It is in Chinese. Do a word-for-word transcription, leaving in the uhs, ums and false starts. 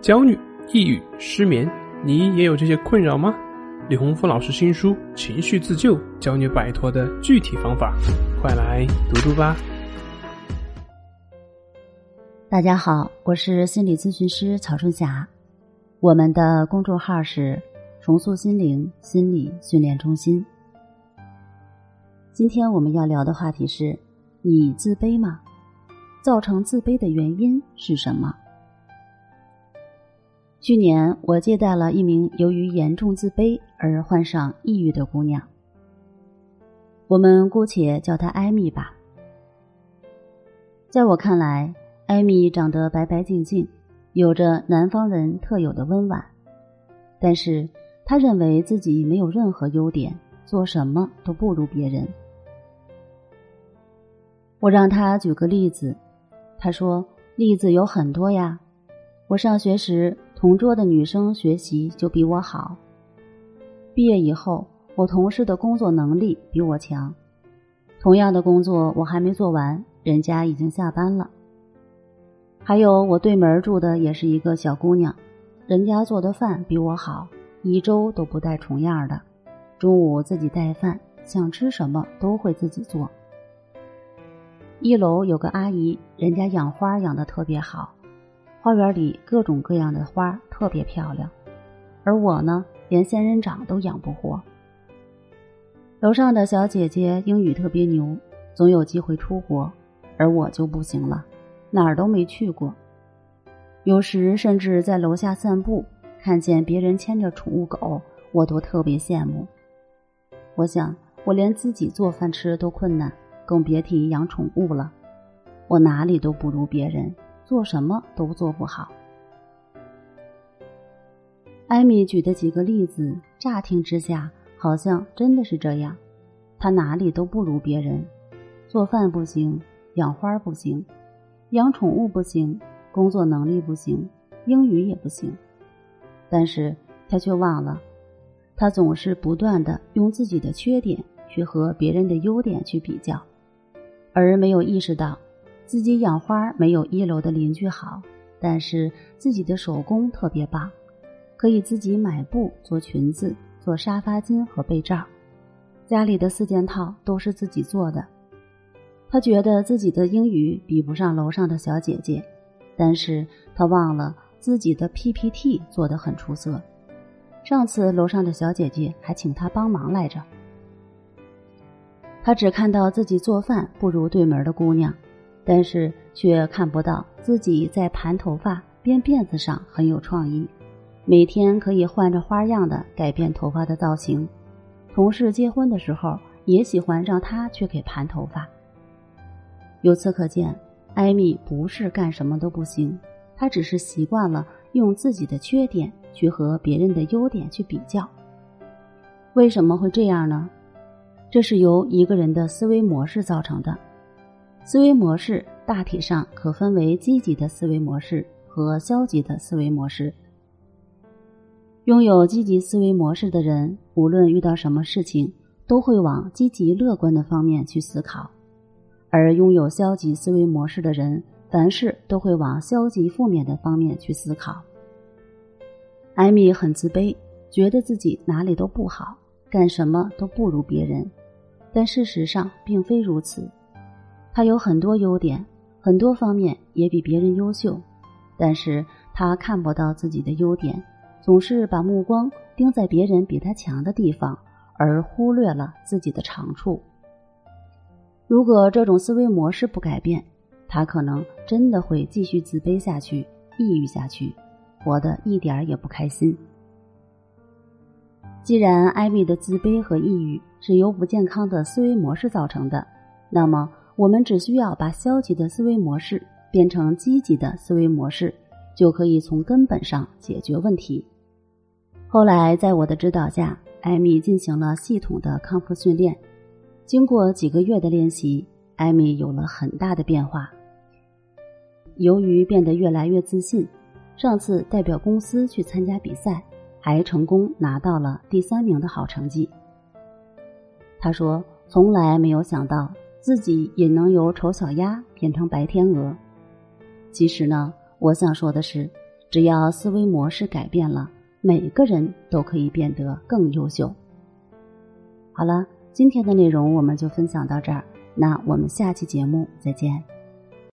焦虑、抑郁、失眠，你也有这些困扰吗？李洪福老师新书《情绪自救》教你摆脱的具体方法，快来读读吧。 大家好，我是心理咨询师曹春霞，我们的公众号是重塑心灵心理训练中心。今天我们要聊的话题是：你自卑吗？造成自卑的原因是什么？去年我接待了一名由于严重自卑而患上抑郁的姑娘，我们姑且叫她艾米吧。在我看来，艾米长得白白净净，有着南方人特有的温婉，但是她认为自己没有任何优点，做什么都不如别人。我让她举个例子，她说例子有很多呀，我上学时同桌的女生学习就比我好，毕业以后我同事的工作能力比我强，同样的工作我还没做完，人家已经下班了。还有我对门住的也是一个小姑娘，人家做的饭比我好，一周都不带重样的，中午自己带饭，想吃什么都会自己做。一楼有个阿姨，人家养花养得特别好，花园里各种各样的花特别漂亮，而我呢，连仙人掌都养不活。楼上的小姐姐英语特别牛，总有机会出国，而我就不行了，哪儿都没去过。有时甚至在楼下散步，看见别人牵着宠物狗，我都特别羡慕。我想，我连自己做饭吃都困难，更别提养宠物了。我哪里都不如别人，做什么都做不好。艾米举的几个例子，乍听之下好像真的是这样，她哪里都不如别人，做饭不行，养花不行，养宠物不行，工作能力不行，英语也不行。但是她却忘了，她总是不断地用自己的缺点去和别人的优点去比较，而没有意识到自己养花没有一楼的邻居好，但是自己的手工特别棒，可以自己买布做裙子，做沙发巾和被罩，家里的四件套都是自己做的。他觉得自己的英语比不上楼上的小姐姐，但是他忘了自己的 P P T 做得很出色，上次楼上的小姐姐还请他帮忙来着。他只看到自己做饭不如对门的姑娘，但是却看不到自己在盘头发编辫子上很有创意，每天可以换着花样的改变头发的造型。同事结婚的时候也喜欢让他去给盘头发。由此可见，艾米不是干什么都不行，她只是习惯了用自己的缺点去和别人的优点去比较。为什么会这样呢？这是由一个人的思维模式造成的。思维模式大体上可分为积极的思维模式和消极的思维模式。拥有积极思维模式的人，无论遇到什么事情，都会往积极乐观的方面去思考，而拥有消极思维模式的人，凡事都会往消极负面的方面去思考。艾米很自卑，觉得自己哪里都不好，干什么都不如别人，但事实上并非如此。他有很多优点，很多方面也比别人优秀，但是他看不到自己的优点，总是把目光盯在别人比他强的地方，而忽略了自己的长处。如果这种思维模式不改变，他可能真的会继续自卑下去，抑郁下去，活得一点也不开心。既然艾米的自卑和抑郁是由不健康的思维模式造成的，那么我们只需要把消极的思维模式变成积极的思维模式，就可以从根本上解决问题。后来在我的指导下，艾米进行了系统的康复训练，经过几个月的练习，艾米有了很大的变化。由于变得越来越自信，上次代表公司去参加比赛，还成功拿到了第三名的好成绩。他说，从来没有想到自己也能由丑小鸭变成白天鹅。其实呢，我想说的是， 只要思维模式改变了，每个人都可以变得更优秀。好了，今天的内容我们就分享到这儿，那我们下期节目再见。